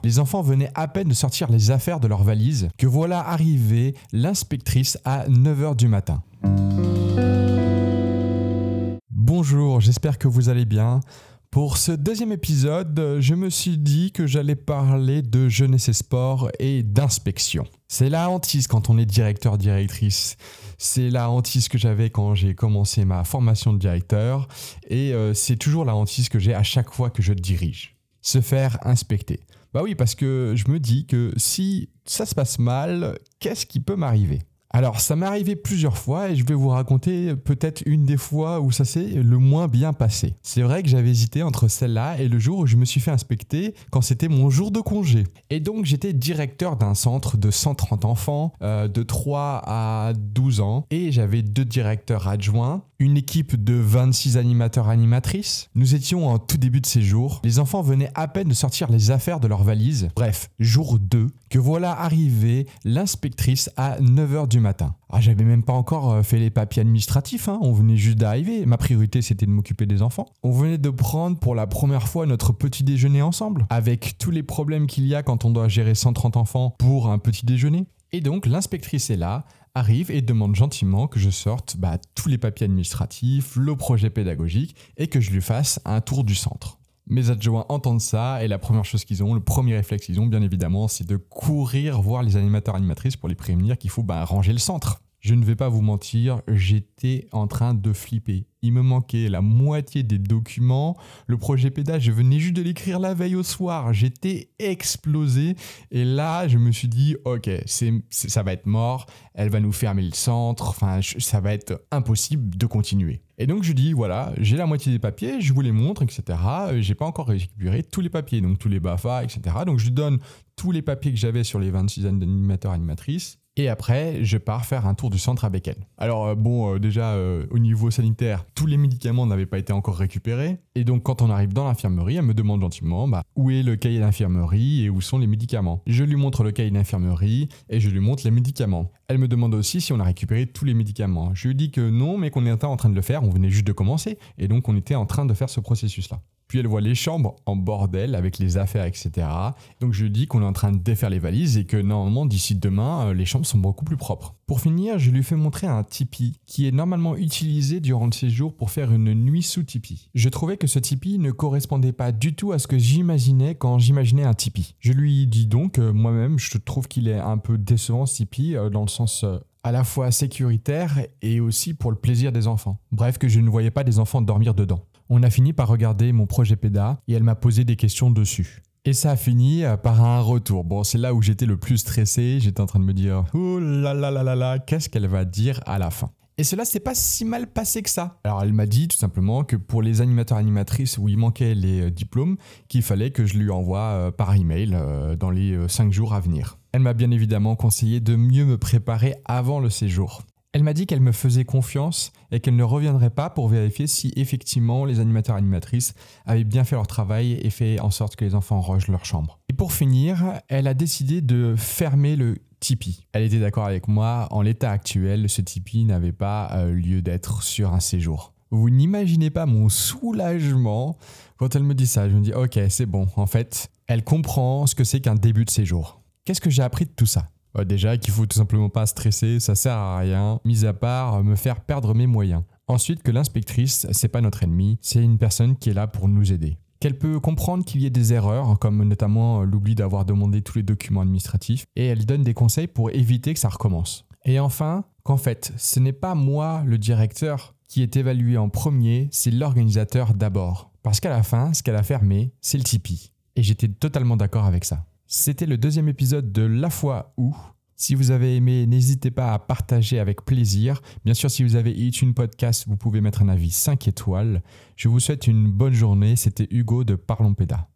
Les enfants venaient à peine de sortir les affaires de leur valise que voilà arrivée l'inspectrice à 9h du matin. Bonjour, j'espère que vous allez bien. Pour ce deuxième épisode, je me suis dit que j'allais parler de jeunesse et sport et d'inspection. C'est la hantise quand on est directeur-directrice. C'est la hantise que j'avais quand j'ai commencé ma formation de directeur et c'est toujours la hantise que j'ai à chaque fois que je dirige. Se faire inspecter. Bah oui, parce que je me dis que si ça se passe mal, qu'est-ce qui peut m'arriver ? Alors, ça m'est arrivé plusieurs fois et je vais vous raconter peut-être une des fois où ça s'est le moins bien passé. C'est vrai que j'avais hésité entre celle-là et le jour où je me suis fait inspecter quand c'était mon jour de congé. Et donc, j'étais directeur d'un centre de 130 enfants de 3 à 12 ans et j'avais 2 directeurs adjoints, une équipe de 26 animateurs-animatrices. Nous étions en tout début de séjour. Les enfants venaient à peine de sortir les affaires de leur valise. Bref, jour 2, que voilà arrivée l'inspectrice à 9h du matin. J'avais même pas encore fait les papiers administratifs, on venait juste d'arriver. Ma priorité, c'était de m'occuper des enfants. On venait de prendre pour la première fois notre petit déjeuner ensemble, avec tous les problèmes qu'il y a quand on doit gérer 130 enfants pour un petit déjeuner. Et donc, l'inspectrice est là, arrive et demande gentiment que je sorte tous les papiers administratifs, le projet pédagogique et que je lui fasse un tour du centre. Mes adjoints entendent ça et la première chose qu'ils ont, le premier réflexe qu'ils ont bien évidemment, c'est de courir voir les animateurs animatrices pour les prévenir qu'il faut ranger le centre. Je ne vais pas vous mentir, j'étais en train de flipper. Il me manquait la moitié des documents. Le projet pédag, je venais juste de l'écrire la veille au soir. J'étais explosé. Et là, je me suis dit, ok, ça va être mort. Elle va nous fermer le centre. Ça va être impossible de continuer. Et donc, je dis, voilà, j'ai la moitié des papiers. Je vous les montre, etc. J'ai pas encore récupéré tous les papiers, donc tous les BAFA, etc. Donc, je lui donne tous les papiers que j'avais sur les 26 animateurs animatrices. Et après, je pars faire un tour du centre avec elle. Alors déjà, au niveau sanitaire, tous les médicaments n'avaient pas été encore récupérés. Et donc, quand on arrive dans l'infirmerie, elle me demande gentiment où est le cahier d'infirmerie et où sont les médicaments. Je lui montre le cahier d'infirmerie et je lui montre les médicaments. Elle me demande aussi si on a récupéré tous les médicaments. Je lui dis que non, mais qu'on était en train de le faire. On venait juste de commencer. Et donc, on était en train de faire ce processus-là. Puis elle voit les chambres en bordel avec les affaires, etc. Donc je lui dis qu'on est en train de défaire les valises et que normalement d'ici demain, les chambres sont beaucoup plus propres. Pour finir, je lui fais montrer un Tipeee qui est normalement utilisé durant le séjour pour faire une nuit sous Tipeee. Je trouvais que ce Tipeee ne correspondait pas du tout à ce que j'imaginais quand j'imaginais un Tipeee. Je lui dis donc, moi-même, je trouve qu'il est un peu décevant ce Tipeee dans le sens à la fois sécuritaire et aussi pour le plaisir des enfants. Bref, que je ne voyais pas des enfants dormir dedans. On a fini par regarder mon projet pédag et elle m'a posé des questions dessus. Et ça a fini par un retour. Bon, c'est là où j'étais le plus stressé. J'étais en train de me dire « Oh là là là là là, qu'est-ce qu'elle va dire à la fin ?» Et cela s'est pas si mal passé que ça. Alors elle m'a dit tout simplement que pour les animateurs animatrices où il manquait les diplômes, qu'il fallait que je lui envoie par email dans les 5 jours à venir. Elle m'a bien évidemment conseillé de mieux me préparer avant le séjour. Elle m'a dit qu'elle me faisait confiance et qu'elle ne reviendrait pas pour vérifier si effectivement les animateurs animatrices avaient bien fait leur travail et fait en sorte que les enfants rangent leur chambre. Et pour finir, elle a décidé de fermer le Tipeee. Elle était d'accord avec moi, en l'état actuel, ce Tipeee n'avait pas lieu d'être sur un séjour. Vous n'imaginez pas mon soulagement quand elle me dit ça. Je me dis ok, c'est bon, en fait, elle comprend ce que c'est qu'un début de séjour. Qu'est-ce que j'ai appris de tout ça ? Déjà qu'il faut tout simplement pas stresser, ça sert à rien, mis à part me faire perdre mes moyens. Ensuite que l'inspectrice, c'est pas notre ennemi, c'est une personne qui est là pour nous aider. Qu'elle peut comprendre qu'il y ait des erreurs, comme notamment l'oubli d'avoir demandé tous les documents administratifs, et elle donne des conseils pour éviter que ça recommence. Et enfin, qu'en fait, ce n'est pas moi, le directeur, qui est évalué en premier, c'est l'organisateur d'abord. Parce qu'à la fin, ce qu'elle a fermé, c'est le Tipeee. Et j'étais totalement d'accord avec ça. C'était le 2e épisode de La fois où. Si vous avez aimé, n'hésitez pas à partager avec plaisir. Bien sûr, si vous avez iTunes Podcast, vous pouvez mettre un avis 5 étoiles. Je vous souhaite une bonne journée. C'était Hugo de Parlons Pédag.